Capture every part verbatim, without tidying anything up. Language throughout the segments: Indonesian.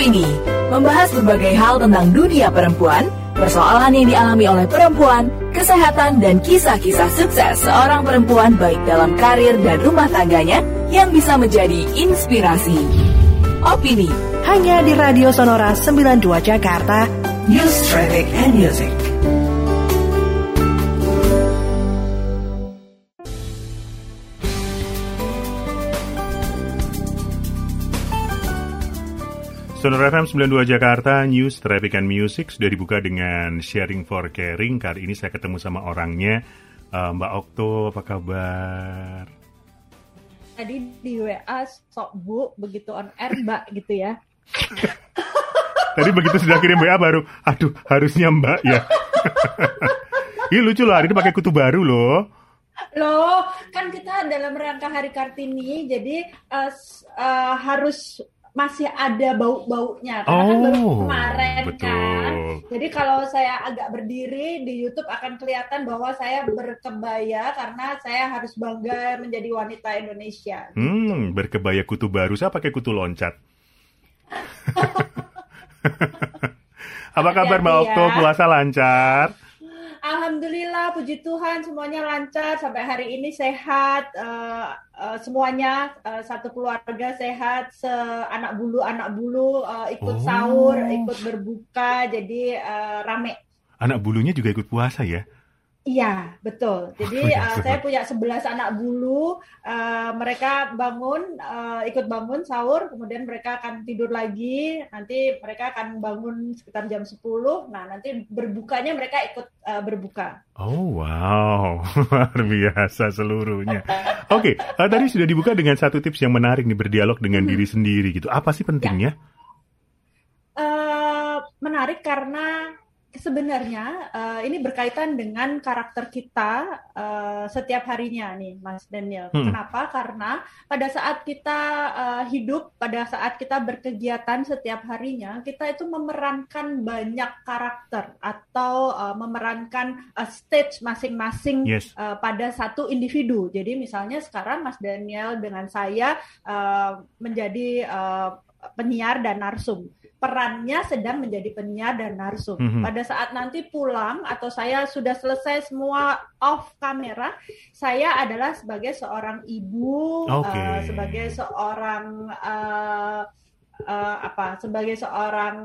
Opini, membahas berbagai hal tentang dunia perempuan, persoalan yang dialami oleh perempuan, kesehatan dan kisah-kisah sukses seorang perempuan baik dalam karir dan rumah tangganya yang bisa menjadi inspirasi. Opini, hanya di Radio Sonora sembilan puluh dua Jakarta, News, Traffic and Music. Sonora F M sembilan puluh dua Jakarta, News, Traffic and Music sudah dibuka dengan Sharing for Caring. Kali ini saya ketemu sama orangnya, uh, Mbak Okto, apa kabar? Tadi di W A sok bu, begitu on air Mbak gitu ya. Tadi begitu sudah kirim W A baru, aduh harusnya Mbak ya. Ini lucu loh, hari ini pakai kutu baru loh. Loh, kan kita dalam rangka Hari Kartini, jadi uh, uh, harus masih ada bau-baunya karena oh, kan baru kemarin betul. Kan. Jadi kalau saya agak berdiri di YouTube akan kelihatan bahwa saya berkebaya karena saya harus bangga menjadi wanita Indonesia. Hmm, berkebaya kutu baru, saya pakai kutu loncat. Apa kabar Mbak Okto? Ya. Puasa lancar? Alhamdulillah, puji Tuhan semuanya lancar sampai hari ini sehat, uh, uh, semuanya uh, satu keluarga sehat, seanak bulu anak bulu uh, ikut oh. sahur, ikut berbuka, jadi uh, rame. Anak bulunya juga ikut puasa ya? Iya, betul. Jadi uh, saya punya sebelas anak bulu, uh, mereka bangun, uh, ikut bangun sahur, kemudian mereka akan tidur lagi, nanti mereka akan bangun sekitar jam sepuluh, nah nanti berbukanya mereka ikut uh, berbuka. Oh wow, luar biasa seluruhnya. Oke, okay, uh, tadi sudah dibuka dengan satu tips yang menarik nih, berdialog dengan hmm. diri sendiri gitu. Apa sih pentingnya? Ya. Uh, menarik karena sebenarnya uh, ini berkaitan dengan karakter kita uh, setiap harinya nih Mas Daniel. Hmm. Kenapa? Karena pada saat kita uh, hidup, pada saat kita berkegiatan setiap harinya, kita itu memerankan banyak karakter atau uh, memerankan uh, stage masing-masing yes. uh, pada satu individu. Jadi misalnya sekarang Mas Daniel dengan saya uh, menjadi uh, penyiar dan narsum. Perannya sedang menjadi penyiar dan narsum. Mm-hmm. Pada saat nanti pulang atau saya sudah selesai semua off kamera, saya adalah sebagai seorang ibu, okay. uh, sebagai seorang uh, uh, apa, sebagai seorang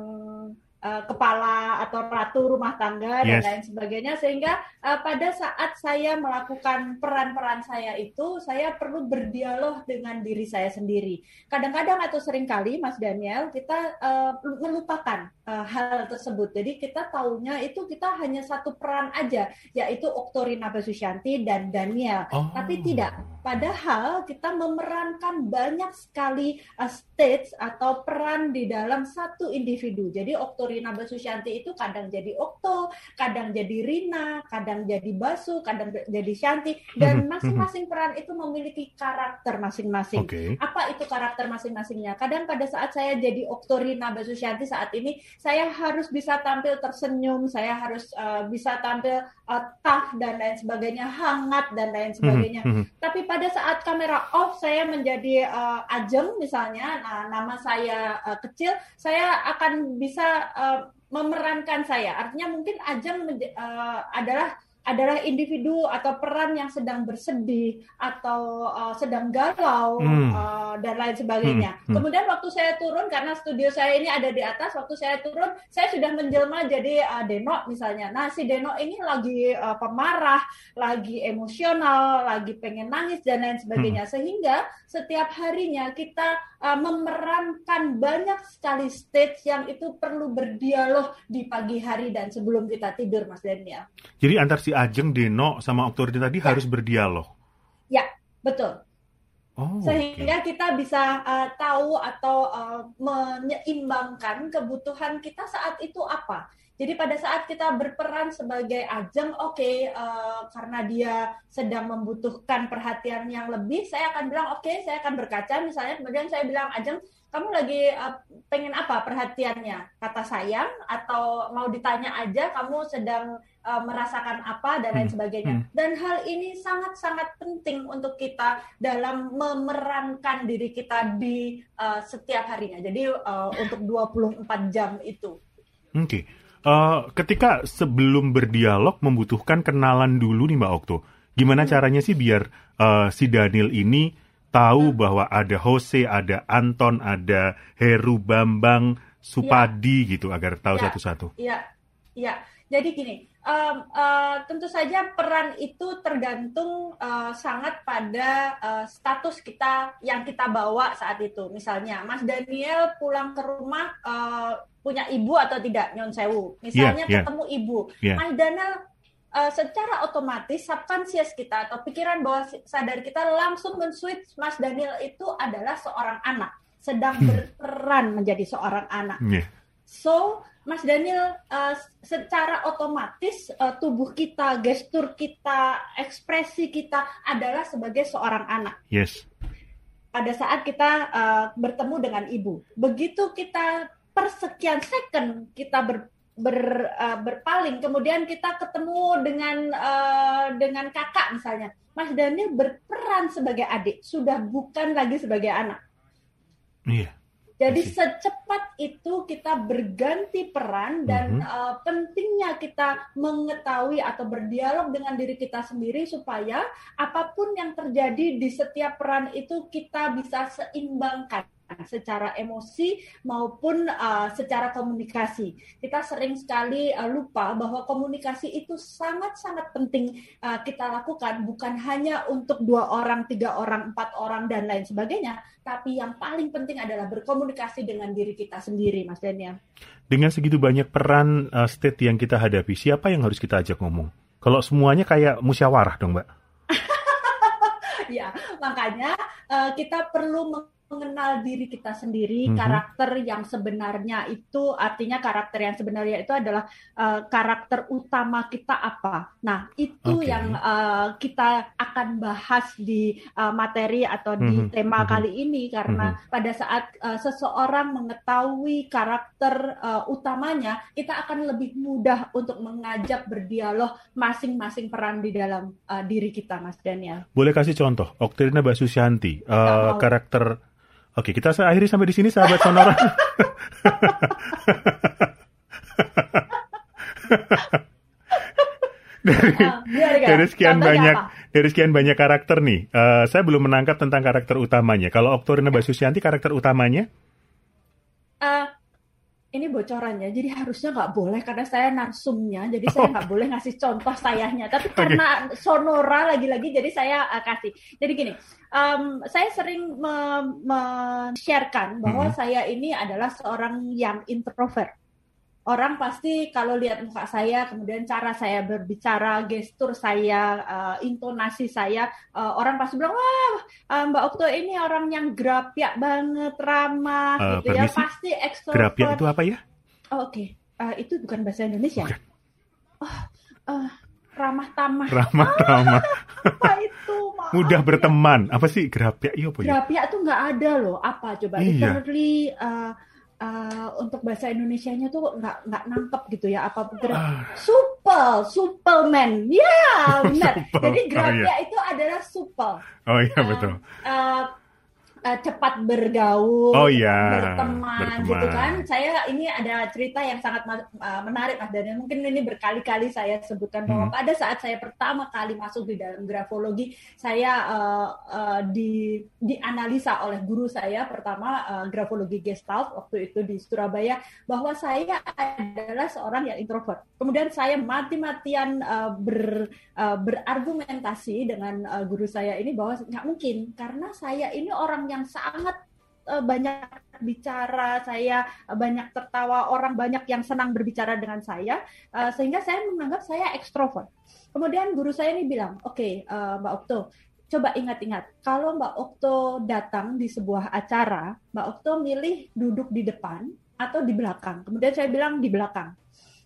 uh, kepala atau ratu rumah tangga yes. dan lain sebagainya. Sehingga uh, pada saat saya melakukan peran-peran saya itu, saya perlu berdialog dengan diri saya sendiri. Kadang-kadang atau seringkali, Mas Daniel, kita uh, melupakan uh, hal tersebut. Jadi kita taunya itu kita hanya satu peran aja, yaitu Oktorina Basusyanti dan Daniel. Oh. Tapi tidak. Padahal kita memerankan banyak sekali uh, stage atau peran di dalam satu individu. Jadi Oktorina Basusyanti itu kadang jadi Okto, kadang jadi Rina, kadang jadi Basu, kadang jadi Syanti, dan masing-masing peran itu memiliki karakter masing-masing. Okay. Apa itu karakter masing-masingnya? Kadang pada saat saya jadi Oktorina Basusyanti saat ini, saya harus bisa tampil tersenyum, saya harus uh, bisa tampil uh, tough dan lain sebagainya, hangat dan lain sebagainya. Tapi pada saat kamera off, saya menjadi uh, Ajeng misalnya, nah, nama saya uh, kecil, saya akan bisa uh, memerankan saya. Artinya mungkin Ajeng uh, adalah adalah individu atau peran yang sedang bersedih atau uh, sedang galau hmm. uh, dan lain sebagainya. Hmm. Hmm. Kemudian waktu saya turun, karena studio saya ini ada di atas, waktu saya turun saya sudah menjelma jadi uh, Deno misalnya. Nah si Deno ini lagi uh, pemarah, lagi emosional, lagi pengen nangis dan lain sebagainya. Hmm. Sehingga setiap harinya kita uh, memerankan banyak sekali stage yang itu perlu berdialog di pagi hari dan sebelum kita tidur, Mas Daniel. Jadi antar si Ajeng, Deno, sama Oktorina tadi ya. harus berdialog. Ya, betul. Oh, Sehingga okay. kita bisa uh, tahu atau uh, menyeimbangkan kebutuhan kita saat itu apa. Jadi pada saat kita berperan sebagai Ajeng, oke, okay, uh, karena dia sedang membutuhkan perhatian yang lebih, saya akan bilang oke, okay, saya akan berkaca misalnya, kemudian saya bilang Ajeng, kamu lagi uh, pengen apa perhatiannya? Kata sayang atau mau ditanya aja, kamu sedang uh, merasakan apa dan lain Hmm. sebagainya. Hmm. Dan hal ini sangat-sangat penting untuk kita dalam memerankan diri kita di uh, setiap harinya. Jadi uh, untuk dua puluh empat jam itu. Oke. Okay. Uh, ketika sebelum berdialog membutuhkan kenalan dulu nih Mbak Okto. Gimana hmm. caranya sih biar uh, si Daniel ini tahu hmm. bahwa ada Jose, ada Anton, ada Heru, Bambang, Supadi ya. Gitu agar tahu ya. Satu-satu. Iya, iya. Jadi gini, um, uh, tentu saja peran itu tergantung uh, sangat pada uh, status kita yang kita bawa saat itu. Misalnya, Mas Daniel pulang ke rumah uh, punya ibu atau tidak, Nyon Sewu. Misalnya yeah, yeah. ketemu ibu, yeah. Mas Daniel Uh, secara otomatis subconscious kita atau pikiran bawah sadar kita langsung men-switch Mas Daniel itu adalah seorang anak, sedang berperan menjadi seorang anak. Yeah. So, Mas Daniel uh, secara otomatis uh, tubuh kita, gestur kita, ekspresi kita adalah sebagai seorang anak. Yes. Pada saat kita uh, bertemu dengan ibu. Begitu kita persekian second kita ber Ber, uh, berpaling, kemudian kita ketemu dengan uh, dengan kakak misalnya, Mas Daniel berperan sebagai adik, sudah bukan lagi sebagai anak. Iya. Jadi secepat itu kita berganti peran dan mm-hmm. uh, pentingnya kita mengetahui atau berdialog dengan diri kita sendiri supaya apapun yang terjadi di setiap peran itu kita bisa seimbangkan secara emosi maupun uh, secara komunikasi. Kita sering sekali uh, lupa bahwa komunikasi itu sangat-sangat penting uh, kita lakukan, bukan hanya untuk dua orang, tiga orang, empat orang, dan lain sebagainya, tapi yang paling penting adalah berkomunikasi dengan diri kita sendiri, Mas Daniel. Dengan segitu banyak peran uh, state yang kita hadapi, siapa yang harus kita ajak ngomong? Kalau semuanya kayak musyawarah dong, Mbak? Ya, makanya uh, kita perlu meng- mengenal diri kita sendiri, mm-hmm. karakter yang sebenarnya itu, artinya karakter yang sebenarnya itu adalah uh, karakter utama kita apa. Nah, itu okay. yang uh, kita akan bahas di uh, materi atau di mm-hmm. tema mm-hmm. kali ini, karena mm-hmm. pada saat uh, seseorang mengetahui karakter uh, utamanya, kita akan lebih mudah untuk mengajak berdialog masing-masing peran di dalam uh, diri kita, Mas Daniel. Boleh kasih contoh, Oktrina Basusianti, uh, karakter. Oke, kita akhiri sampai di sini, sahabat Sonora. dari, uh, dari sekian banyak apa? dari sekian banyak karakter nih, uh, saya belum menangkap tentang karakter utamanya. Kalau Oktrina Basusianti, karakter utamanya? Uh, ini bocorannya, jadi harusnya nggak boleh karena saya narsumnya, jadi saya nggak oh. boleh ngasih contoh sayanya. Tapi karena okay. Sonora lagi-lagi, jadi saya uh, kasih. Jadi gini, um, saya sering men-sharekan bahwa mm-hmm. saya ini adalah seorang yang introvert. Orang pasti kalau lihat muka saya, kemudian cara saya berbicara, gestur saya, uh, intonasi saya, uh, orang pasti bilang, wah uh, Mbak Okto ini orang yang grapyak banget, ramah, uh, gitu permisi? Ya, pasti ekstrovert. Grapyak itu apa ya? Oh, Oke, okay. uh, itu bukan bahasa Indonesia. Bukan. Oh, uh, ramah tamah. Ramah tamah. Apa itu? Maaf, mudah berteman. Ya. Apa sih grapyak? Iya, apa ya? Grapyak tuh nggak ada loh. Apa coba? Iya. Literally. Uh, Uh, untuk bahasa Indonesianya tuh nggak nggak nangkep gitu ya, apa uh. supel suplemen ya yeah, benar. Jadi grapyak oh, iya. itu adalah supel. Oh iya uh, betul. Uh, uh, cepat bergaul, oh, iya. berteman, berteman, gitu kan. Saya ini ada cerita yang sangat uh, menarik, Mas Daniel. Mungkin ini berkali-kali saya sebutkan bahwa hmm. pada saat saya pertama kali masuk di dalam grafologi, saya uh, uh, di dianalisa oleh guru saya pertama uh, grafologi Gestalt waktu itu di Surabaya, bahwa saya adalah seorang yang introvert. Kemudian saya mati-matian uh, ber, uh, berargumentasi dengan uh, guru saya ini bahwa nggak mungkin, karena saya ini orang yang sangat uh, banyak bicara, saya uh, banyak tertawa, orang banyak yang senang berbicara dengan saya, uh, sehingga saya menganggap saya ekstrovert. Kemudian guru saya ini bilang, oke okay, uh, Mbak Okto, coba ingat-ingat, kalau Mbak Okto datang di sebuah acara, Mbak Okto milih duduk di depan atau di belakang. Kemudian saya bilang di belakang.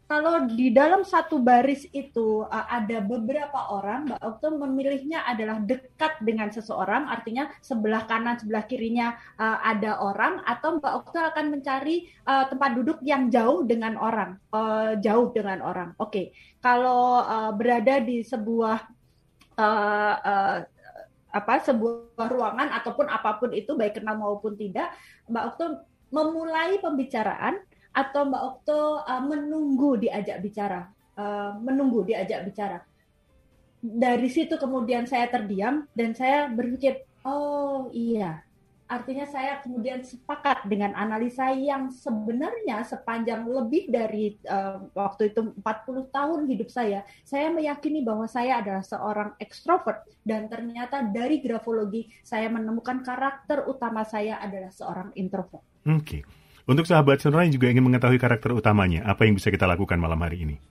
kalau di dalam satu baris itu uh, ada beberapa orang, Mbak Okto memilihnya adalah dekat dengan seseorang, artinya sebelah kanan, sebelah kirinya uh, ada orang, atau Mbak Okto akan mencari uh, tempat duduk yang jauh dengan orang, uh, jauh dengan orang. Oke, okay. Kalau uh, berada di sebuah uh, uh, apa sebuah ruangan ataupun apapun itu, baik kenal maupun tidak, Mbak Okto memulai pembicaraan atau Mbak Okto uh, menunggu diajak bicara, uh, menunggu diajak bicara. Dari situ kemudian saya terdiam dan saya berpikir, oh iya, artinya saya kemudian sepakat dengan analisa yang sebenarnya sepanjang lebih dari uh, waktu itu empat puluh tahun hidup saya, saya meyakini bahwa saya adalah seorang ekstrovert dan ternyata dari grafologi saya menemukan karakter utama saya adalah seorang introvert. Oke. Okay. Untuk sahabat Sonora yang juga ingin mengetahui karakter utamanya, apa yang bisa kita lakukan malam hari ini?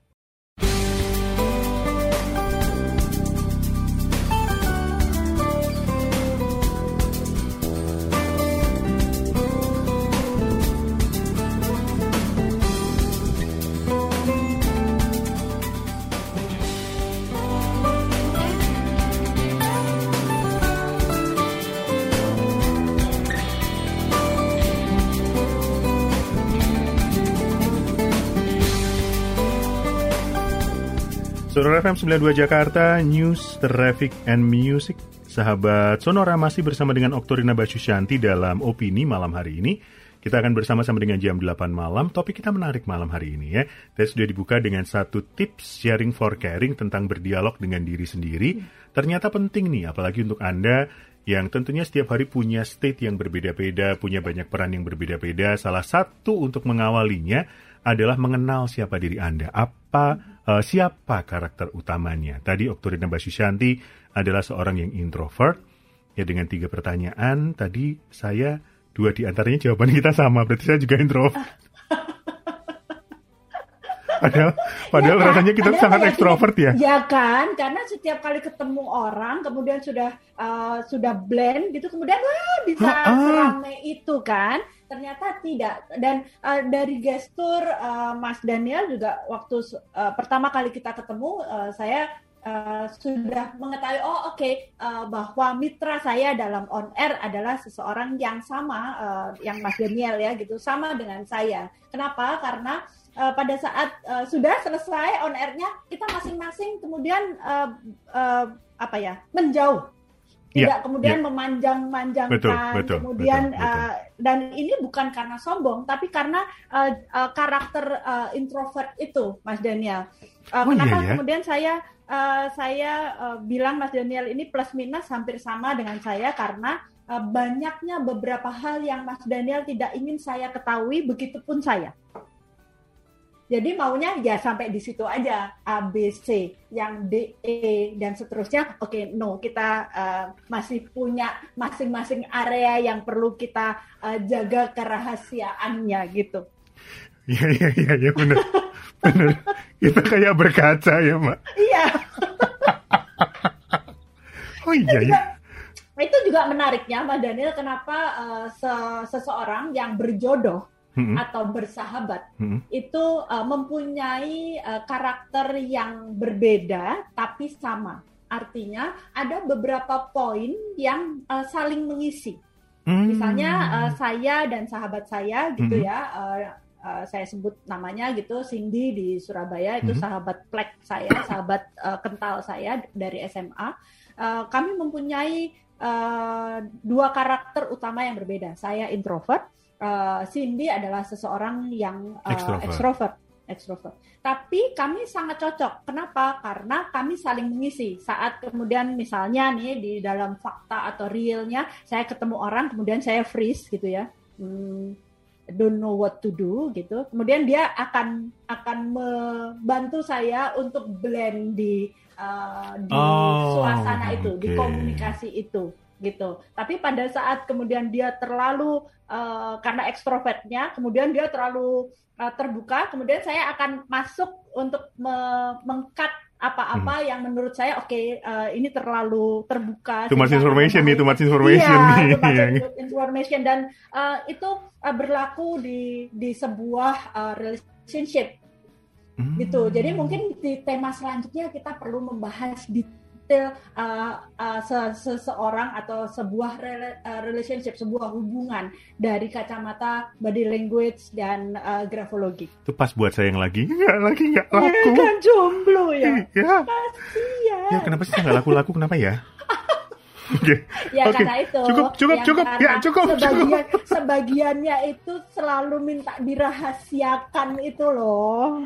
Sonora F M sembilan puluh dua Jakarta, News, Traffic, and Music. Sahabat Sonora masih bersama dengan Oktorina Basusyanti dalam Opini malam hari ini. Kita akan bersama-sama dengan jam delapan malam. Topik kita menarik malam hari ini ya. Tadi sudah dibuka dengan satu tips sharing for caring tentang berdialog dengan diri sendiri. Ternyata penting nih, apalagi untuk Anda yang tentunya setiap hari punya state yang berbeda-beda, punya banyak peran yang berbeda-beda. Salah satu untuk mengawalinya adalah mengenal siapa diri Anda, apa uh, siapa karakter utamanya. Tadi Oktorina Basusyanti adalah seorang yang introvert. Ya, dengan tiga pertanyaan tadi saya dua di antaranya jawaban kita sama, berarti saya juga introvert. Padahal, padahal ya kan? Rasanya kita padahal sangat ekstrovert ya. Ya kan, karena setiap kali ketemu orang, kemudian sudah uh, sudah blend gitu, kemudian wah bisa ah, seramai itu kan. Ternyata tidak. Dan uh, dari gestur uh, Mas Daniel juga waktu uh, pertama kali kita ketemu, uh, saya uh, sudah mengetahui, oh oke, okay, uh, bahwa mitra saya dalam on air adalah seseorang yang sama, uh, yang Mas Daniel ya gitu, sama dengan saya. Kenapa? Karena Uh, pada saat uh, sudah selesai on air-nya, kita masing-masing kemudian uh, uh, apa ya menjauh, tidak yeah, kemudian yeah. memanjang-manjangkan, betul, betul, kemudian betul, betul. Uh, dan ini bukan karena sombong, tapi karena uh, uh, karakter uh, introvert itu, Mas Daniel. Uh, oh, kenapa iya, iya. kemudian saya uh, saya uh, bilang Mas Daniel ini plus minus hampir sama dengan saya karena uh, banyaknya beberapa hal yang Mas Daniel tidak ingin saya ketahui, begitupun saya. Jadi maunya ya sampai di situ aja, A, B, C, yang D, E, dan seterusnya. Oke, okay, no, kita uh, masih punya masing-masing area yang perlu kita uh, jaga kerahasiaannya gitu. Iya, iya, iya, ya, benar. Benar. Kita kayak berkaca ya, Mbak. Iya. Oh iya, ya. Itu juga menariknya, Mas Daniel, kenapa uh, se- seseorang yang berjodoh Hmm. atau bersahabat hmm. itu uh, mempunyai uh, karakter yang berbeda tapi sama. Artinya ada beberapa poin yang uh, saling mengisi. Hmm. Misalnya uh, saya dan sahabat saya gitu hmm. ya, uh, uh, saya sebut namanya gitu, Cindy di Surabaya, itu hmm. sahabat plek saya, sahabat uh, kental saya dari S M A. Uh, kami mempunyai uh, dua karakter utama yang berbeda. Saya introvert. Uh, Cindy adalah seseorang yang uh, extrovert, extrovert. Tapi kami sangat cocok. Kenapa? Karena kami saling mengisi. Saat kemudian misalnya nih di dalam fakta atau realnya, saya ketemu orang, kemudian saya freeze gitu ya, hmm, don't know what to do gitu. Kemudian dia akan akan membantu saya untuk blend di uh, di oh, suasana itu, okay. di komunikasi itu. Gitu. Tapi pada saat kemudian dia terlalu uh, karena ekstrovertnya, kemudian dia terlalu uh, terbuka, kemudian saya akan masuk untuk me- meng-cut apa-apa hmm. yang menurut saya oke okay, uh, ini terlalu terbuka. Too much information nih, too much information iya, nih. Too much information dan uh, itu uh, berlaku di di sebuah uh, relationship. Hmm. Gitu. Jadi mungkin di tema selanjutnya kita perlu membahas detail uh, uh, seseorang atau sebuah rela- uh, relationship, sebuah hubungan dari kacamata body language dan uh, grafologi. Itu pas buat saya yang lagi nggak lagi nggak laku. Eh, kan jomblo ya. Ya. Kasian. Ya kenapa sih nggak laku-laku? Kenapa ya? Okay. Ya okay. karena itu cukup cukup cukup ya cukup sebagian, cukup sebagiannya itu selalu minta dirahasiakan itu loh.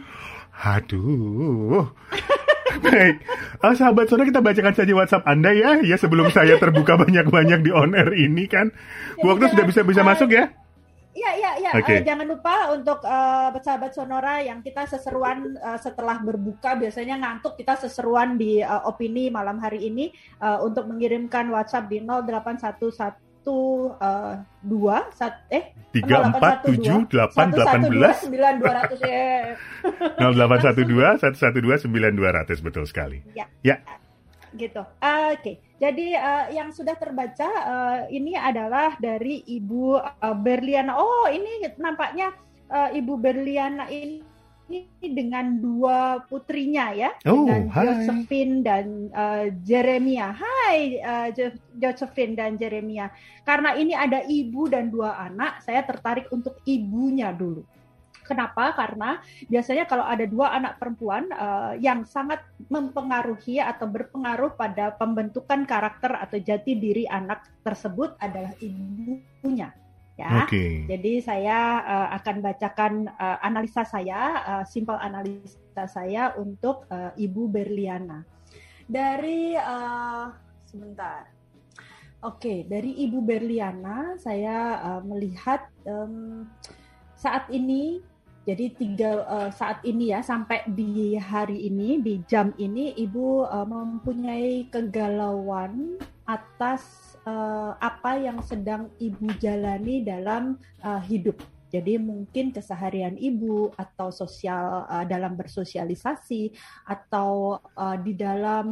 Aduh. Baik, oh, sahabat Sonora, kita bacakan saja WhatsApp Anda ya, ya sebelum saya terbuka banyak-banyak di on air ini kan. Bu Okto sudah bisa bisa uh, masuk ya? Iya, iya, iya. Okay. Uh, jangan lupa untuk uh, sahabat Sonora yang kita seseruan uh, setelah berbuka, biasanya ngantuk, kita seseruan di uh, opini malam hari ini uh, untuk mengirimkan WhatsApp di nol delapan satu satu dua eh tiga empat tujuh delapan delapan belas sembilan dua ratus ya. nol delapan satu dua satu satu dua sembilan dua ratus betul sekali. Ya. Ya. Gitu. Uh, Oke. Okay. Jadi uh, yang sudah terbaca uh, ini adalah dari Ibu uh, Berliana. Oh, ini nampaknya uh, Ibu Berliana ini, ini dengan dua putrinya ya, oh, dengan hai. Josephine dan uh, Jeremia. Hai uh, jo- Josephine dan Jeremia. Karena ini ada ibu dan dua anak, saya tertarik untuk ibunya dulu. Kenapa? Karena biasanya kalau ada dua anak perempuan uh, yang sangat mempengaruhi atau berpengaruh pada pembentukan karakter atau jati diri anak tersebut adalah ibunya. Ya, okay. Jadi saya uh, akan bacakan uh, analisa saya, uh, simpel analisa saya untuk uh, Ibu Berliana. Dari uh, sebentar. Oke, okay, dari Ibu Berliana saya uh, melihat um, saat ini. Jadi tiga uh, saat ini ya, sampai di hari ini, di jam ini, Ibu uh, mempunyai kegalauan atas uh, apa yang sedang Ibu jalani dalam uh, hidup. Jadi mungkin keseharian Ibu atau sosial uh, dalam bersosialisasi atau uh, di dalam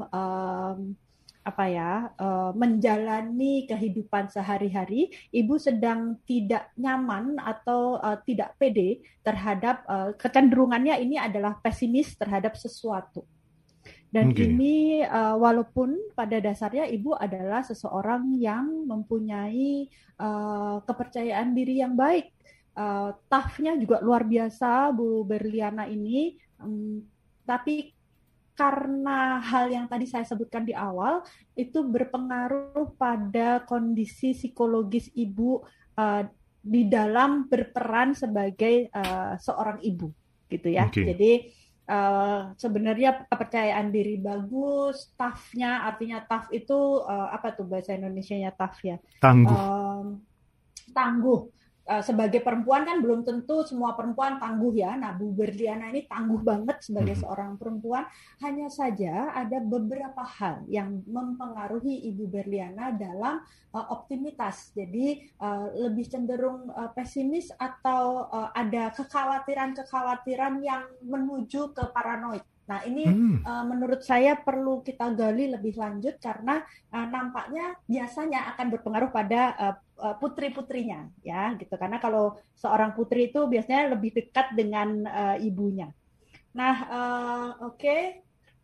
um, apa ya uh, menjalani kehidupan sehari-hari, Ibu sedang tidak nyaman atau uh, tidak pede terhadap uh, kecenderungannya ini adalah pesimis terhadap sesuatu. Dan okay. ini uh, walaupun pada dasarnya Ibu adalah seseorang yang mempunyai uh, kepercayaan diri yang baik, uh, tough-nya juga luar biasa Bu Berliana ini, um, tapi karena hal yang tadi saya sebutkan di awal itu berpengaruh pada kondisi psikologis Ibu uh, di dalam berperan sebagai uh, seorang ibu, gitu ya. Okay. Jadi uh, sebenarnya kepercayaan diri bagus, tough-nya artinya tough itu uh, apa tuh bahasa Indonesianya tough ya? Tangguh. Uh, tangguh. Uh, sebagai perempuan kan belum tentu semua perempuan tangguh ya. Nah, Bu Berliana ini tangguh banget sebagai hmm. seorang perempuan. Hanya saja ada beberapa hal yang mempengaruhi Ibu Berliana dalam uh, optimitas. Jadi uh, lebih cenderung uh, pesimis atau uh, ada kekhawatiran-kekhawatiran yang menuju ke paranoid. Nah ini hmm. uh, menurut saya perlu kita gali lebih lanjut karena uh, nampaknya biasanya akan berpengaruh pada uh, uh, putri-putrinya ya gitu, karena kalau seorang putri itu biasanya lebih dekat dengan uh, ibunya. Nah uh, oke okay.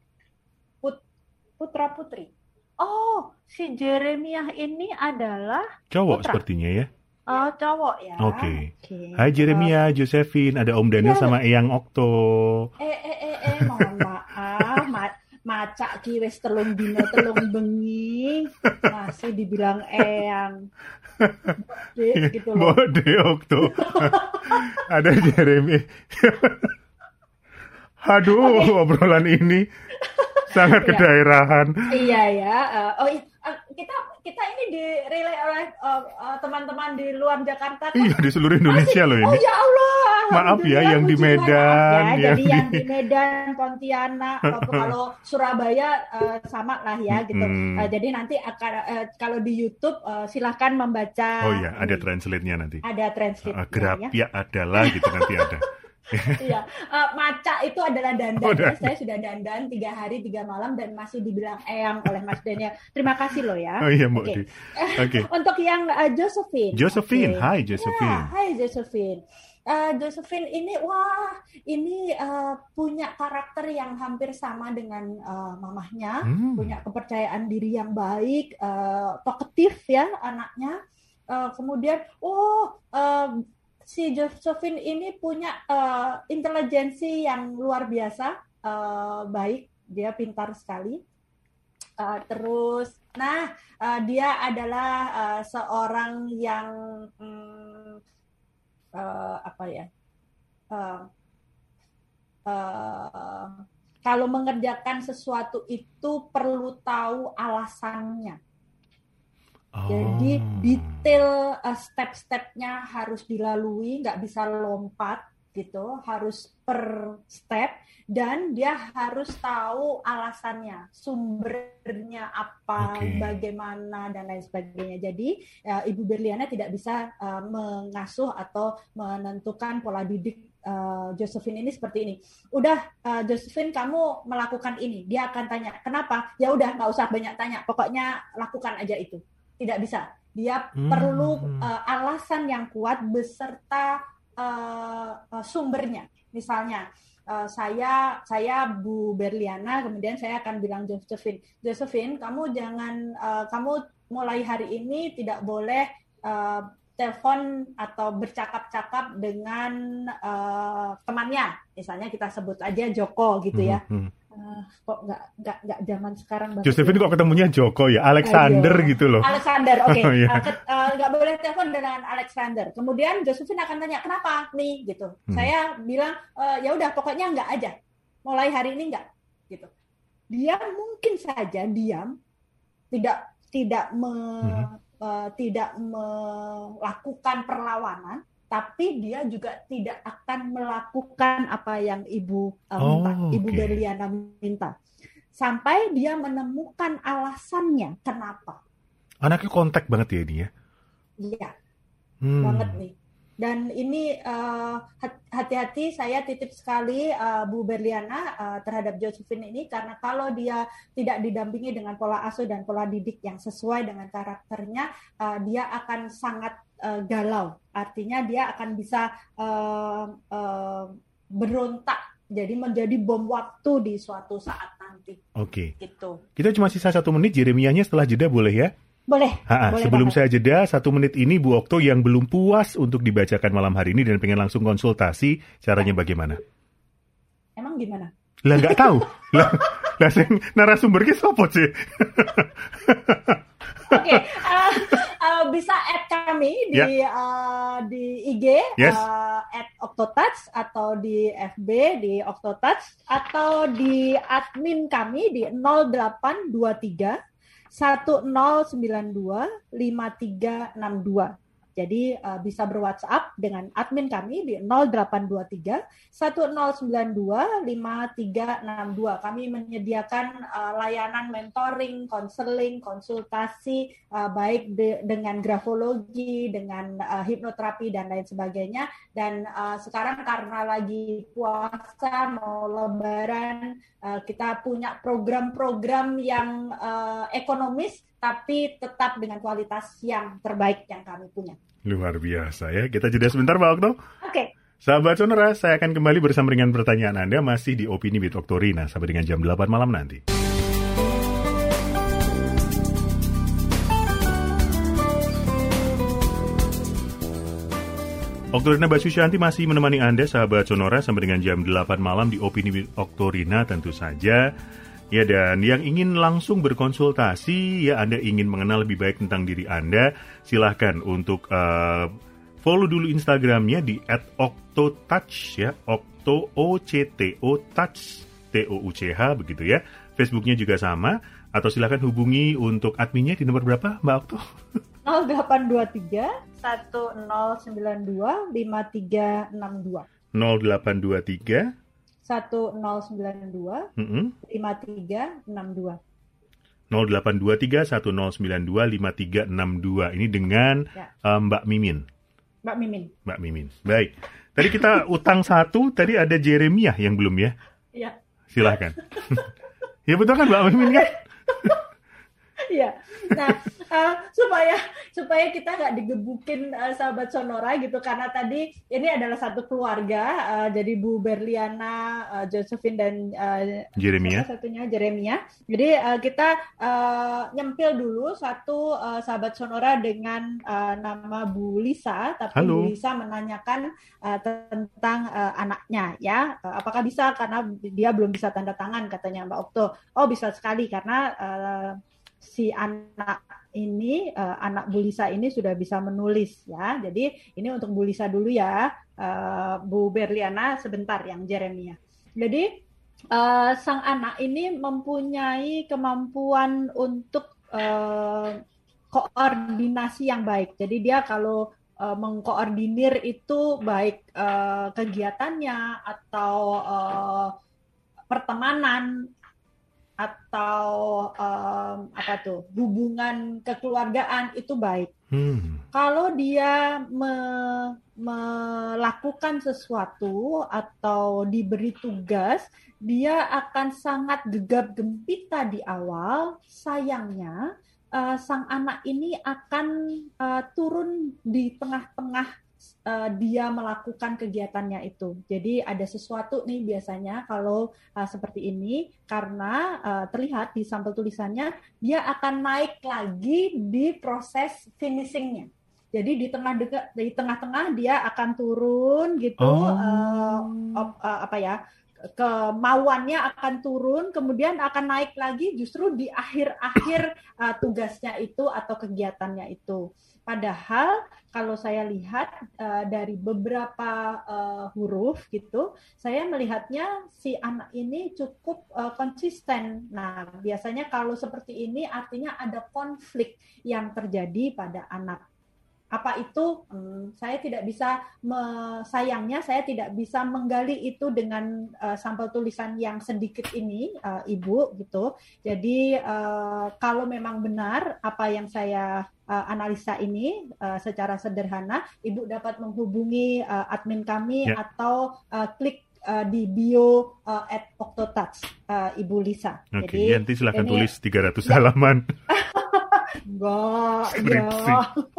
Put- putra-putri. Oh, si Jeremia ini adalah cowok putra. Sepertinya ya. Oh, cowok ya. Oke. Okay. Okay. Hai Jeremia, uh, Josephine, ada Om Daniel ya. Sama Eyang Okto. Eh eh eh eh mohon maaf, ma- macak ki wis telung dino telung bengi masih dibilang Eyang. Bode gitu loh. Bode Okto. Ada Jeremia. Aduh, okay. Obrolan ini sangat kedaerahan. Iya ya. Uh, oh iya. Uh, kita kita ini direlay oleh uh, uh, teman-teman di luar Jakarta kan? Iya, di seluruh Indonesia loh ini. Oh ya Allah. Maaf ya yang di Medan. Ya. Jadi yang di Medan, Pontianak, kalau Surabaya uh, sama lah ya gitu. Hmm. Uh, jadi nanti akan uh, kalau di YouTube uh, silahkan membaca. Oh iya, ada translate-nya nanti. Ada translate-nya. Uh, Grapia ya. Adalah gitu nanti ada. Iya, uh, maca itu adalah dandan. Oh, ya. Saya sudah dandan tiga hari tiga malam dan masih dibilang eyang oleh Mas Daniel. Terima kasih loh ya. Oh iya Mbak. Oke. Okay. Okay. Untuk yang uh, Josephine. Josephine, okay. Hai Josephine. Ya, hai Josephine. uh, Josephine ini wah ini uh, punya karakter yang hampir sama dengan uh, mamahnya, hmm. punya kepercayaan diri yang baik, uh, talkative ya anaknya. Uh, kemudian oh uh, si Josephine ini punya uh, intelijensi yang luar biasa, uh, baik, dia pintar sekali. Uh, terus, nah uh, dia adalah uh, seorang yang um, uh, apa ya? Uh, uh, kalau mengerjakan sesuatu itu perlu tahu alasannya. Oh. Jadi detail uh, step-stepnya harus dilalui, nggak bisa lompat gitu, harus per step, dan dia harus tahu alasannya, sumbernya apa, okay. bagaimana, dan lain sebagainya. Jadi uh, Ibu Berliana tidak bisa uh, mengasuh atau menentukan pola didik uh, Josephine ini seperti ini. Udah, uh, Josephine kamu melakukan ini, dia akan tanya, kenapa? Ya udah, nggak usah banyak tanya, pokoknya lakukan aja itu. Tidak bisa. Dia hmm. perlu uh, alasan yang kuat beserta Uh, uh, sumbernya. Misalnya uh, saya saya Bu Berliana, kemudian saya akan bilang Josephine, Josephine kamu jangan uh, kamu mulai hari ini tidak boleh uh, telepon atau bercakap-cakap dengan uh, temannya. Misalnya kita sebut aja Joko gitu ya. Hmm, hmm. Uh, kok nggak nggak nggak zaman sekarang banget. Josephine kok ketemunya Joko ya, Alexander Ayo. gitu loh. Alexander, oke. Okay. Oh, yeah. uh, nggak uh, boleh telepon dengan Alexander. Kemudian Josephine akan tanya kenapa nih gitu. Hmm. Saya bilang uh, ya udah pokoknya nggak aja. Mulai hari ini nggak gitu. Dia mungkin saja diam, tidak tidak me, hmm. uh, tidak melakukan perlawanan. Tapi dia juga tidak akan melakukan apa yang Ibu uh, minta, oh, Ibu okay. Berliana minta. Sampai dia menemukan alasannya kenapa. Anaknya kontak banget ya ini ya? Iya, hmm. banget nih. Dan ini uh, hati-hati, saya titip sekali uh, Bu Berliana uh, terhadap Josephine ini, karena kalau dia tidak didampingi dengan pola asuh dan pola didik yang sesuai dengan karakternya, uh, dia akan sangat uh, galau. Artinya dia akan bisa uh, uh, berontak, jadi menjadi bom waktu di suatu saat nanti. Oke. Okay. Gitu. Kita cuma sisa satu menit, Jeremiahnya setelah jeda boleh ya? Boleh. Ha-ha, boleh sebelum banget. Saya jeda, satu menit ini Bu Okto yang belum puas untuk dibacakan malam hari ini dan pengen langsung konsultasi, caranya bagaimana? Emang gimana? Lah nggak tahu. lah, lah narasumbernya sopo sih? Oke, okay, uh, uh, bisa add kami di yeah. uh, di I G yes. uh, at Oktotouch, atau di F B di Oktotouch, atau di admin kami di nol delapan dua tiga satu nol sembilan dua lima tiga enam dua. Jadi uh, bisa ber-WhatsApp dengan admin kami di nol delapan dua tiga satu nol sembilan dua lima tiga enam dua. Kami menyediakan uh, layanan mentoring, konseling, konsultasi, uh, baik de- dengan grafologi, dengan uh, hipnoterapi, dan lain sebagainya. Dan uh, sekarang karena lagi puasa, mau lebaran, uh, kita punya program-program yang uh, ekonomis, tapi tetap dengan kualitas yang terbaik yang kami punya. Luar biasa ya. Kita jeda sebentar Pak Okto. Oke. Okay. Sahabat Sonora, saya akan kembali bersama dengan pertanyaan Anda masih di Opini with Oktorina sampai dengan jam delapan malam nanti. Oktorina Mbak Susianti masih menemani Anda sahabat Sonora sampai dengan jam delapan malam di Opini with Oktorina tentu saja. Ya, dan yang ingin langsung berkonsultasi, ya Anda ingin mengenal lebih baik tentang diri Anda, silahkan untuk uh, follow dulu Instagramnya di at oktotouch ya, Okto O C T O Touch T O U C H begitu ya. Facebooknya juga sama, atau silahkan hubungi untuk adminnya di nomor berapa Mbak Okto? nol delapan dua tiga satu nol sembilan dua lima tiga enam dua. nol delapan dua tiga satu nol sembilan dua lima tiga enam dua. nol delapan dua tiga satu nol sembilan dua lima tiga enam dua. Ini dengan ya. uh, Mbak Mimin. Mbak Mimin. Mbak Mimin. Baik. Tadi kita utang satu, tadi ada Jeremiah yang belum ya? Iya. Silahkan. Ya betul kan Mbak Mimin kan? Iya. Nah, uh, supaya supaya kita nggak digebukin uh, sahabat Sonora gitu, karena tadi ini adalah satu keluarga, uh, jadi Bu Berliana, uh, Josephine dan uh, Jeremia. Satunya Jeremia. Jadi uh, kita uh, nyempil dulu satu uh, sahabat Sonora dengan uh, nama Bu Lisa, tapi Halo. Bu Lisa menanyakan uh, tentang uh, anaknya, ya, uh, apakah bisa karena dia belum bisa tanda tangan katanya Mbak Okto. Oh, bisa sekali karena uh, si anak ini, uh, anak Bu Lisa ini sudah bisa menulis, ya. Jadi ini untuk Bu Lisa dulu ya, uh, Bu Berliana sebentar yang Jeremia. Jadi uh, sang anak ini mempunyai kemampuan untuk uh, koordinasi yang baik. Jadi dia kalau uh, mengkoordinir itu baik uh, kegiatannya atau uh, pertemanan atau um, apa tuh hubungan kekeluargaan itu baik. Hmm. Kalau dia me- melakukan sesuatu atau diberi tugas, dia akan sangat gegap gempita di awal. Sayangnya uh, sang anak ini akan uh, turun di tengah-tengah Uh, dia melakukan kegiatannya itu. Jadi ada sesuatu nih biasanya kalau uh, seperti ini, karena uh, terlihat di sampel tulisannya dia akan naik lagi di proses finishingnya. Jadi di tengah di tengah-tengah dia akan turun gitu, oh. uh, op, uh, apa ya? kemauannya akan turun, kemudian akan naik lagi justru di akhir-akhir uh, tugasnya itu atau kegiatannya itu. Padahal kalau saya lihat uh, dari beberapa uh, huruf gitu, saya melihatnya si anak ini cukup uh, konsisten. Nah, biasanya kalau seperti ini artinya ada konflik yang terjadi pada anak. Apa itu? Hmm, saya tidak bisa, me, sayangnya saya tidak bisa menggali itu dengan uh, sampel tulisan yang sedikit ini, uh, Ibu, gitu. Jadi uh, kalau memang benar apa yang saya uh, analisa ini uh, secara sederhana, Ibu dapat menghubungi uh, admin kami ya. Atau uh, klik uh, di bio uh, at Octotouch, uh, Ibu Lisa. Oke, Jadi, Yanti silakan ini, tulis tiga ratus ya. Halaman. Enggak, ya.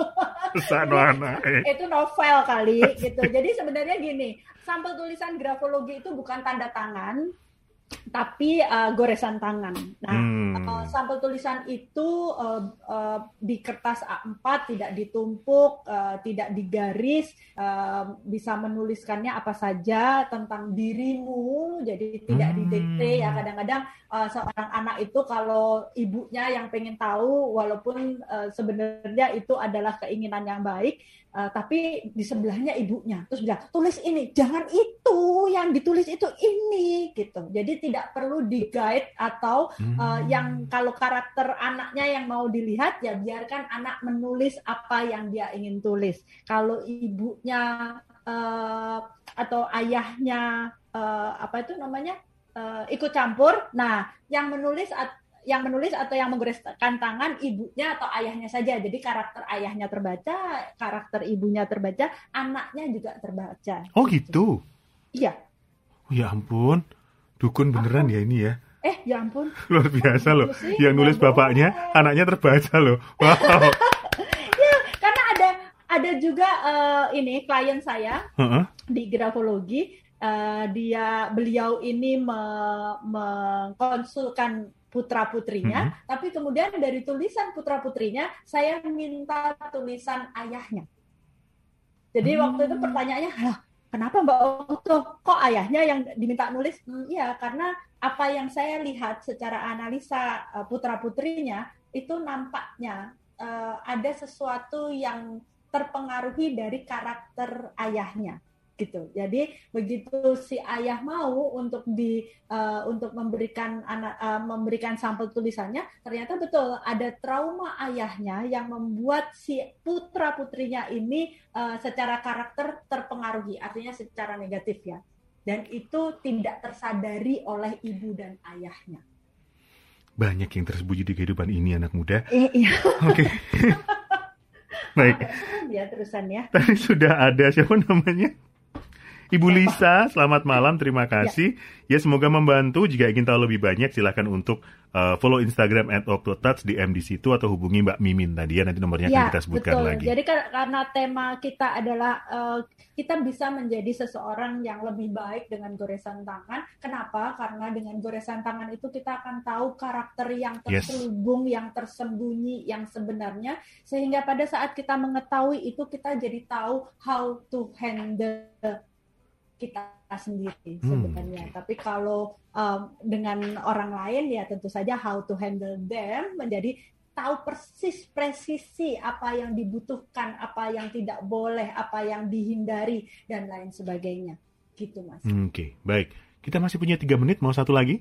Itu novel kali gitu. Jadi sebenarnya gini, sampel tulisan grafologi itu bukan tanda tangan, tapi uh, goresan tangan. Nah, hmm. uh, sampel tulisan itu uh, uh, di kertas A empat tidak ditumpuk, uh, tidak digaris, uh, bisa menuliskannya apa saja tentang dirimu, jadi tidak hmm. didikte ya. Kadang-kadang uh, seorang anak itu kalau ibunya yang pengen tahu, walaupun uh, sebenarnya itu adalah keinginan yang baik, Uh, tapi di sebelahnya ibunya terus bilang tulis ini, jangan itu, yang ditulis itu ini gitu. Jadi tidak perlu di guide atau hmm. uh, yang kalau karakter anaknya yang mau dilihat ya biarkan anak menulis apa yang dia ingin tulis. Kalau ibunya uh, atau ayahnya uh, apa itu namanya uh, ikut campur, nah yang menulis at- yang menulis atau yang menggoreskan tangan ibunya atau ayahnya saja. Jadi karakter ayahnya terbaca, karakter ibunya terbaca, anaknya juga terbaca. Oh gitu? Iya. Oh, ya ampun, dukun beneran oh. ya ini ya. Eh ya ampun. Luar biasa loh. Yang nulis bapaknya, boleh. Anaknya terbaca loh. Wow. Ya, karena ada ada juga uh, ini klien saya uh-uh. di grafologi. Uh, dia beliau ini me- mengkonsulkan putra-putrinya, mm-hmm. tapi kemudian dari tulisan putra-putrinya saya minta tulisan ayahnya. Jadi mm-hmm. waktu itu pertanyaannya, kenapa Mbak Okto? Kok ayahnya yang diminta nulis? Hmm, iya, karena apa yang saya lihat secara analisa uh, putra-putrinya itu nampaknya uh, ada sesuatu yang terpengaruhi dari karakter ayahnya. Gitu. Jadi begitu si ayah mau untuk di uh, untuk memberikan anak uh, memberikan sampel tulisannya, ternyata betul ada trauma ayahnya yang membuat si putra putrinya ini uh, secara karakter terpengaruhi, artinya secara negatif ya. Dan itu tidak tersadari oleh ibu dan ayahnya. Banyak yang tersembunyi di kehidupan ini anak muda. Eh, iya. Oke. Okay. Baik. Ya terusan ya. Tadi sudah ada siapa namanya? Ibu Lisa, selamat malam, terima kasih. Ya, ya semoga membantu. Jika ingin tahu lebih banyak, silakan untuk uh, follow Instagram at octotats, D M di situ, atau hubungi Mbak Mimin tadi ya, nanti nomornya ya, akan kita sebutkan betul. lagi. Jadi karena tema kita adalah uh, kita bisa menjadi seseorang yang lebih baik dengan goresan tangan. Kenapa? Karena dengan goresan tangan itu kita akan tahu karakter yang terselubung, yes. yang tersembunyi, yang sebenarnya. Sehingga pada saat kita mengetahui itu, kita jadi tahu how to handle kita sendiri sebenarnya. Hmm. Tapi kalau um, dengan orang lain ya tentu saja how to handle them, menjadi tahu persis presisi apa yang dibutuhkan, apa yang tidak boleh, apa yang dihindari dan lain sebagainya. Gitu Mas. Hmm, Oke, okay. Baik. Kita masih punya tiga menit, mau satu lagi?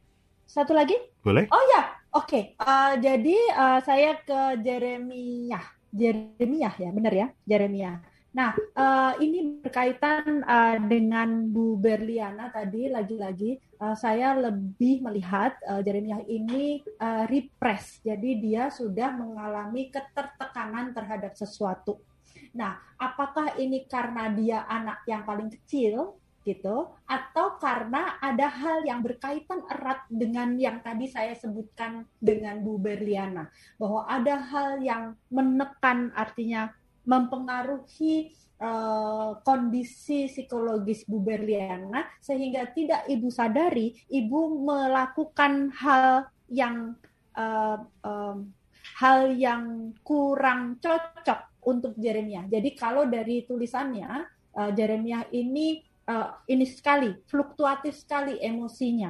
Satu lagi? Boleh? Oh ya, oke. Okay. Uh, jadi uh, saya ke Jeremiah. Jeremiah ya, benar ya? Jeremiah. Nah, uh, ini berkaitan uh, dengan Bu Berliana tadi, lagi-lagi uh, saya lebih melihat uh, Jeremiah ini uh, repress, jadi dia sudah mengalami ketertekanan terhadap sesuatu. Nah, apakah ini karena dia anak yang paling kecil, gitu, atau karena ada hal yang berkaitan erat dengan yang tadi saya sebutkan dengan Bu Berliana, bahwa ada hal yang menekan, artinya mempengaruhi uh, kondisi psikologis Bu Berliana sehingga tidak ibu sadari, ibu melakukan hal yang uh, um, hal yang kurang cocok untuk Jeremiah. Jadi kalau dari tulisannya uh, Jeremiah ini uh, ini sekali fluktuatif sekali emosinya,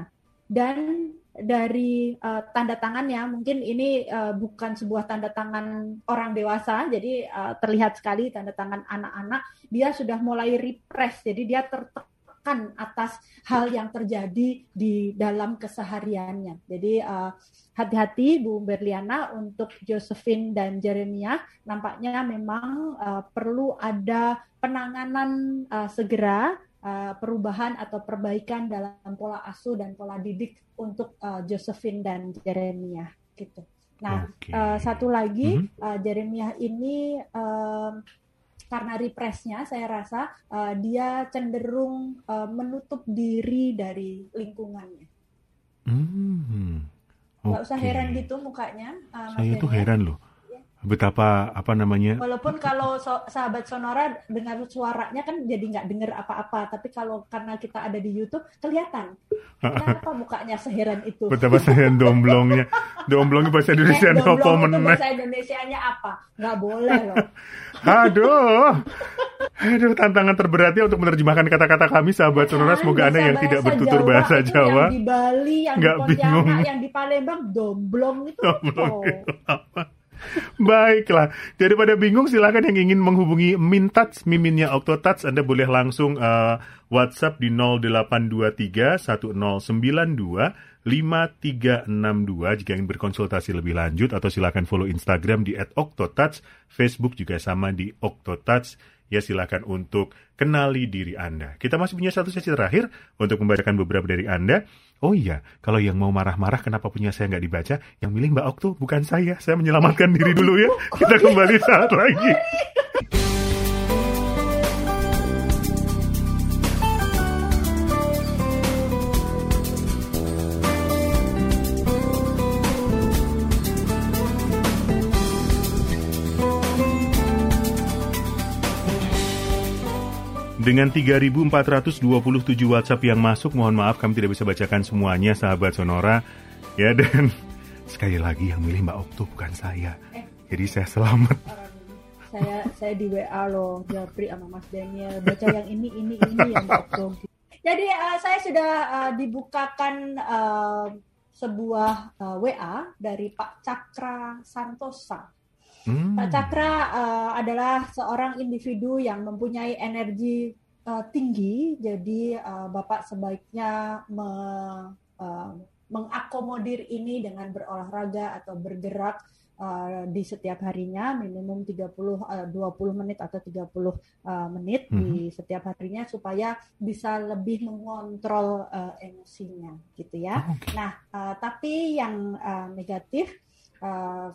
dan dari uh, tanda tangannya mungkin ini uh, bukan sebuah tanda tangan orang dewasa, jadi uh, terlihat sekali tanda tangan anak-anak. Dia sudah mulai repress, jadi dia tertekan atas hal yang terjadi di dalam kesehariannya. Jadi uh, hati-hati Bu Berliana untuk Josephine dan Jeremiah, nampaknya memang uh, perlu ada penanganan uh, segera, Uh, perubahan atau perbaikan dalam pola asuh dan pola didik untuk uh, Josephine dan Jeremiah gitu. Nah, okay. uh, satu lagi mm-hmm. uh, Jeremiah ini uh, karena repressnya saya rasa uh, dia cenderung uh, menutup diri dari lingkungannya. Mm-hmm. Okay. Gak usah heran gitu mukanya. Uh, saya tuh heran loh. Betapa apa namanya? Walaupun kalau so, sahabat Sonora dengar suaranya kan jadi nggak dengar apa-apa, tapi kalau karena kita ada di YouTube kelihatan. Kenapa mukanya seheran itu? Betapa seheran domblongnya. Domblongnya bahasa Indonesia eh, apa meneh? Bahasa Indonesianya apa? Nggak boleh loh. Aduh. Aduh, tantangan terberatnya untuk menerjemahkan kata-kata kami sahabat Sonora. Semoga Anda yang tidak bertutur Jawa, bahasa Jawa. Yang di Bali, yang di Pontianak, yang di Palembang, domblong itu. Domblong itu apa? Baiklah, daripada bingung silakan yang ingin menghubungi Mintats, miminnya Octotats, Anda boleh langsung uh, WhatsApp di nol delapan dua tiga satu nol sembilan dua lima tiga enam dua jika ingin berkonsultasi lebih lanjut, atau silakan follow Instagram di at octotats, Facebook juga sama di Octotats. Ya, silakan untuk kenali diri Anda. Kita masih punya satu sesi terakhir untuk membacakan beberapa dari Anda. Oh iya, kalau yang mau marah-marah kenapa punya saya nggak dibaca, yang milih Mbak Okto, bukan saya. Saya menyelamatkan diri dulu ya. Kita kembali saat lagi. Dengan tiga ribu empat ratus dua puluh tujuh WhatsApp yang masuk, mohon maaf kami tidak bisa bacakan semuanya sahabat Sonora. Ya, dan sekali lagi yang milih Mbak Okto bukan saya. Eh, Jadi saya selamat. Saya saya di W A loh, Japri sama Mas Daniel. Baca yang ini, ini, ini ya Mbak Okto. Jadi uh, saya sudah uh, dibukakan uh, sebuah uh, W A dari Pak Cakra Santosa. Hmm. Pak Cakra uh, adalah seorang individu yang mempunyai energi uh, tinggi, jadi uh, Bapak sebaiknya me, uh, mengakomodir ini dengan berolahraga atau bergerak uh, di setiap harinya, minimum tiga puluh, dua puluh menit atau tiga puluh uh, menit hmm. di setiap harinya, supaya bisa lebih mengontrol uh, emosinya gitu ya. Okay. Nah, uh, tapi yang uh, negatif, uh,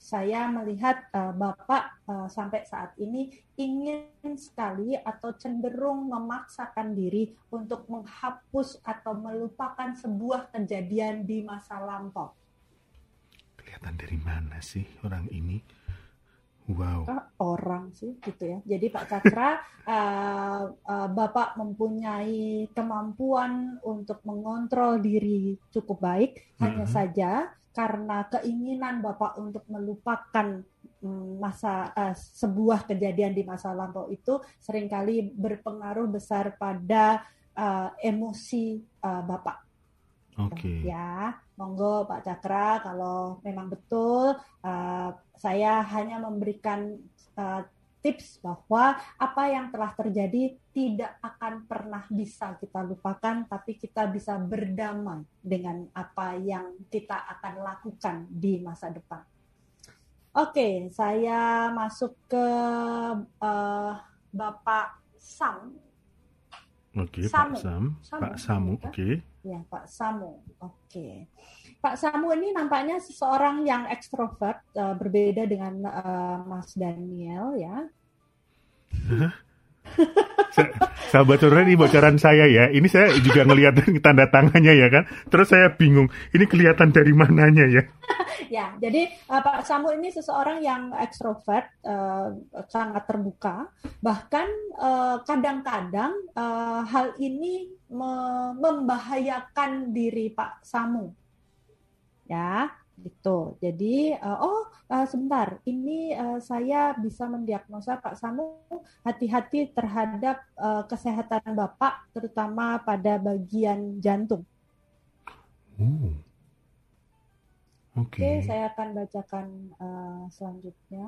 saya melihat uh, Bapak uh, sampai saat ini ingin sekali atau cenderung memaksakan diri untuk menghapus atau melupakan sebuah kejadian di masa lampau. Kelihatan dari mana sih orang ini? Wow. Orang sih gitu ya. Jadi Pak Cakra, uh, uh, Bapak mempunyai kemampuan untuk mengontrol diri cukup baik. Hanya mm-hmm. saja karena keinginan Bapak untuk melupakan um, masa uh, sebuah kejadian di masa lampau itu seringkali berpengaruh besar pada uh, emosi uh, Bapak. Oke. Okay. Ya, monggo Pak Cakra, kalau memang betul uh, saya hanya memberikan uh, tips bahwa apa yang telah terjadi tidak akan pernah bisa kita lupakan, tapi kita bisa berdamai dengan apa yang kita akan lakukan di masa depan. Oke, saya masuk ke uh, Bapak Sam. Oke, Samu. Pak Sam, Samu. Pak Samu, oke. Okay. Ya, Pak Samu, oke. Okay. Pak Samu ini nampaknya seseorang yang ekstrovert, uh, berbeda dengan uh, Mas Daniel, ya. Sahabat Sonora, ini bocoran saya ya. Ini saya juga ngelihat tanda tangannya ya kan. Terus saya bingung, ini kelihatan dari mananya ya? Ya, jadi uh, Pak Samu ini seseorang yang ekstrovert, uh, sangat terbuka. Bahkan uh, kadang-kadang uh, hal ini me- membahayakan diri Pak Samu. Ya, gitu. Jadi, uh, oh uh, sebentar, ini uh, saya bisa mendiagnosa Pak Samu hati-hati terhadap uh, kesehatan Bapak, terutama pada bagian jantung. Uh. Oke, okay. Saya akan bacakan uh, selanjutnya.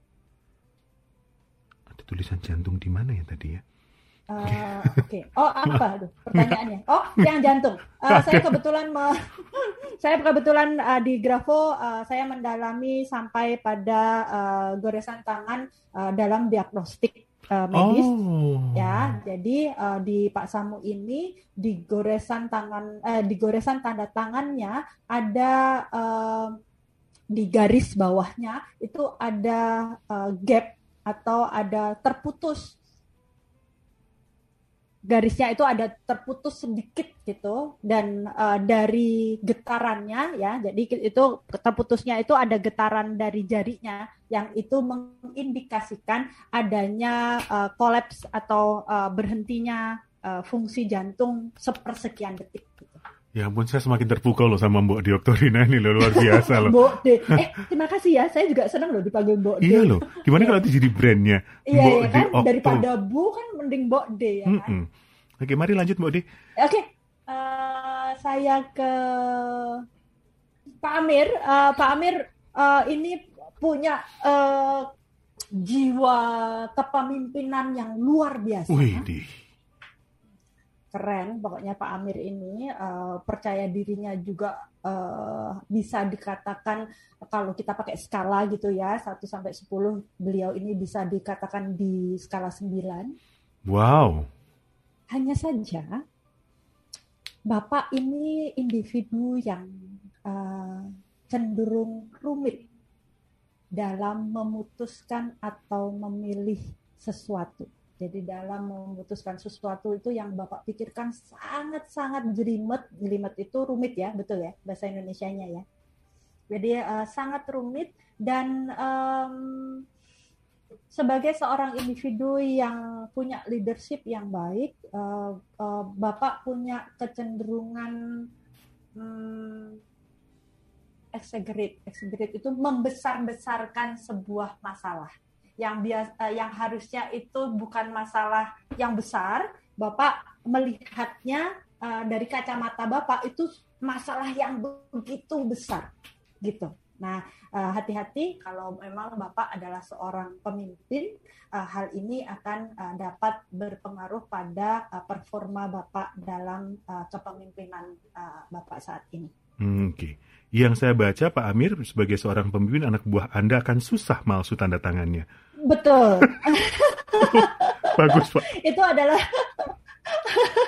Ada tulisan jantung di mana ya tadi ya? Uh, Oke, okay. Oh apa tuh pertanyaannya? Oh, yang jantung. Uh, saya kebetulan me- saya kebetulan uh, di Grafo uh, saya mendalami sampai pada uh, goresan tangan uh, dalam diagnostik uh, medis. Oh. Ya, jadi uh, di Pak Samu ini di goresan tangan, eh, di goresan tanda tangannya ada uh, di garis bawahnya itu ada uh, gap atau ada terputus. Garisnya itu ada terputus sedikit gitu, dan uh, dari getarannya ya, jadi itu terputusnya itu ada getaran dari jarinya yang itu mengindikasikan adanya uh, kolaps atau uh, berhentinya uh, fungsi jantung sepersekian detik gitu. Ya ampun, saya semakin terpukau loh sama Mbok Dioktorina ini loh, luar biasa loh. Mbok D. Eh, terima kasih ya, saya juga senang loh dipanggil Mbok D. Iya loh, gimana kalau itu jadi brandnya? Iya, iya kan, Okto. Daripada Bu kan mending Mbok D ya kan. Mm-mm. Oke, mari lanjut Mbok D. Oke, uh, saya ke Pak Amir. Uh, Pak Amir uh, ini punya uh, jiwa kepemimpinan yang luar biasa. Wih, di. Keren, pokoknya Pak Amir ini uh, percaya dirinya juga uh, bisa dikatakan kalau kita pakai skala gitu ya, satu sampai sepuluh, beliau ini bisa dikatakan di skala sembilan. Wow. Hanya saja Bapak ini individu yang uh, cenderung rumit dalam memutuskan atau memilih sesuatu. Jadi dalam memutuskan sesuatu itu yang Bapak pikirkan sangat-sangat jelimet. Jelimet itu rumit ya, betul ya bahasa Indonesianya ya. Jadi uh, sangat rumit dan um, sebagai seorang individu yang punya leadership yang baik, uh, uh, Bapak punya kecenderungan um, exaggerate. Exaggerate itu membesar-besarkan sebuah masalah. Yang biasa, uh, yang harusnya itu bukan masalah yang besar, Bapak melihatnya uh, dari kacamata Bapak itu masalah yang begitu besar, gitu. Nah, uh, hati-hati kalau memang Bapak adalah seorang pemimpin, uh, hal ini akan uh, dapat berpengaruh pada uh, performa Bapak dalam uh, kepemimpinan uh, Bapak saat ini. Hmm, Oke. Okay. Yang saya baca, Pak Amir sebagai seorang pemimpin, anak buah Anda akan susah malsu tanda tangannya. Betul. Bagus, Pak. Itu adalah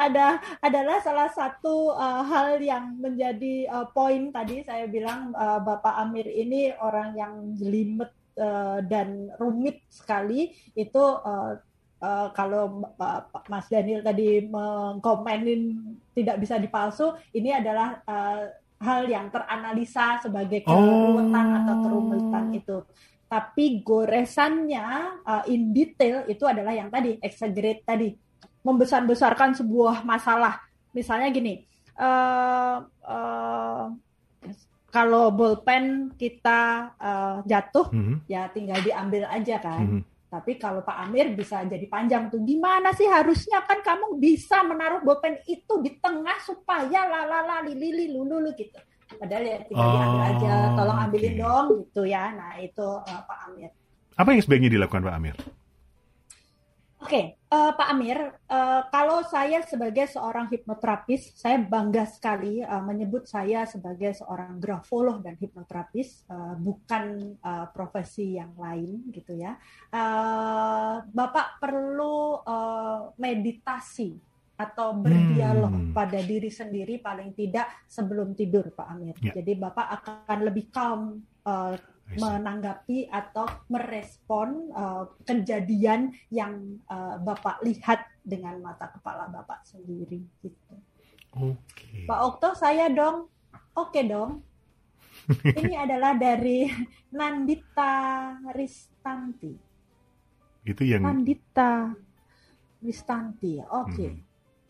ada adalah salah satu uh, hal yang menjadi uh, poin tadi saya bilang uh, Bapak Amir ini orang yang jelimet uh, dan rumit sekali itu uh, uh, kalau uh, Mas Daniel tadi mengkomenin tidak bisa dipalsu, ini adalah uh, hal yang teranalisa sebagai keruwetan oh. atau kerumitan itu. Tapi goresannya uh, in detail itu adalah yang tadi, exaggerate tadi. Membesar-besarkan sebuah masalah. Misalnya gini, uh, uh, kalau bolpen kita uh, jatuh, mm-hmm. ya tinggal diambil aja kan. Mm-hmm. Tapi kalau Pak Amir bisa jadi panjang tuh, gimana sih harusnya kan kamu bisa menaruh bolpen itu di tengah supaya lalala lili lulu gitu. Padahal ya tinggal oh, diambil aja, tolong ambilin okay. dong gitu ya. Nah itu uh, Pak Amir. Apa yang sebaiknya dilakukan Pak Amir? Oke, okay, uh, Pak Amir, uh, kalau saya sebagai seorang hipnoterapis, saya bangga sekali uh, menyebut saya sebagai seorang grafolog dan hipnoterapis, uh, bukan uh, profesi yang lain gitu ya. Uh, Bapak perlu uh, meditasi atau berdialog hmm. pada diri sendiri paling tidak sebelum tidur, Pak Amir. Ya. Jadi Bapak akan lebih calm uh, menanggapi atau merespon uh, kejadian yang uh, Bapak lihat dengan mata kepala Bapak sendiri. Gitu. Okay. Pak Okto, saya dong, oke okay dong. Ini adalah dari Nandita Ristanti. Itu yang Nandita Ristanti, oke. Okay. Hmm.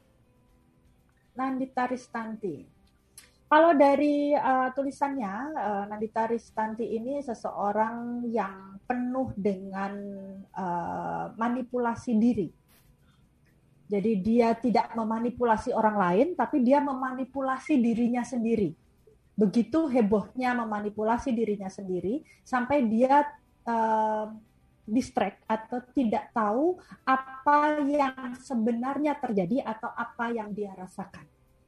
Nandita Ristanti. Kalau dari uh, tulisannya, uh, Nandita Ristanti ini seseorang yang penuh dengan uh, manipulasi diri. Jadi dia tidak memanipulasi orang lain, tapi dia memanipulasi dirinya sendiri. Begitu hebohnya memanipulasi dirinya sendiri, sampai dia uh, distract atau tidak tahu apa yang sebenarnya terjadi atau apa yang dia rasakan.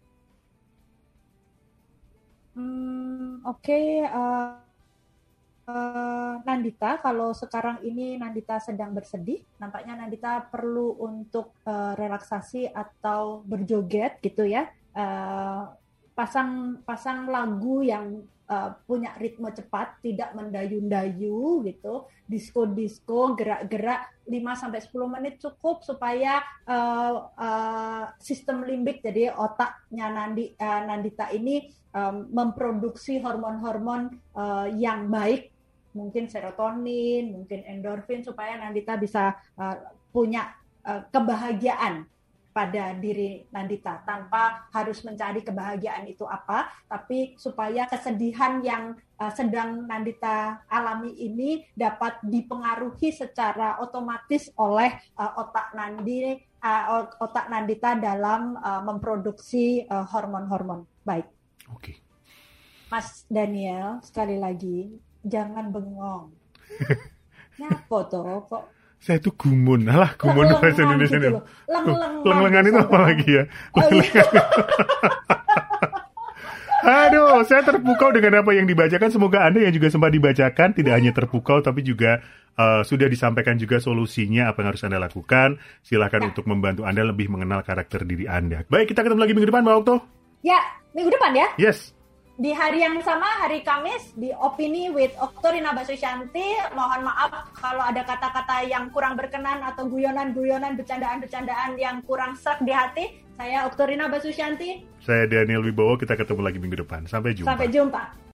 Hmm, Oke, okay. uh, uh, Nandita, kalau sekarang ini Nandita sedang bersedih, nampaknya Nandita perlu untuk uh, relaksasi atau berjoget gitu ya. Uh, pasang pasang lagu yang uh, punya ritme cepat, tidak mendayu-dayu gitu, disko-disko, gerak-gerak lima sampai sepuluh menit cukup supaya uh, uh, sistem limbik, jadi otaknya Nandi, uh, Nandita ini um, memproduksi hormon-hormon uh, yang baik, mungkin serotonin, mungkin endorfin, supaya Nandita bisa uh, punya uh, kebahagiaan pada diri Nandita, tanpa harus mencari kebahagiaan itu apa, tapi supaya kesedihan yang uh, sedang Nandita alami ini dapat dipengaruhi secara otomatis oleh uh, otak Nandi, uh, otak Nandita dalam uh, memproduksi uh, hormon-hormon baik. Oke. Okay. Mas Daniel, sekali lagi jangan bengong. Nyapa toh kok? Saya itu gumun, alah gumun bahasa Indonesia gitu ini. Leng-lengan. Leng-lengan itu apa lagi ya? Oh, iya. Aduh, saya terpukau dengan apa yang dibacakan. Semoga Anda yang juga sempat dibacakan tidak hanya terpukau, tapi juga uh, sudah disampaikan juga solusinya apa yang harus Anda lakukan. Silakan ya. Untuk membantu Anda lebih mengenal karakter diri Anda. Baik, kita ketemu lagi minggu depan, Mbak Okto. Ya, minggu depan ya. Yes. Di hari yang sama, hari Kamis, di Opini with Oktorina Basusyanti. Mohon maaf kalau ada kata-kata yang kurang berkenan atau guyonan-guyonan, bercandaan-bercandaan yang kurang sreg di hati. Saya Oktorina Basusyanti. Saya Daniel Wibowo, kita ketemu lagi minggu depan. Sampai jumpa. Sampai jumpa.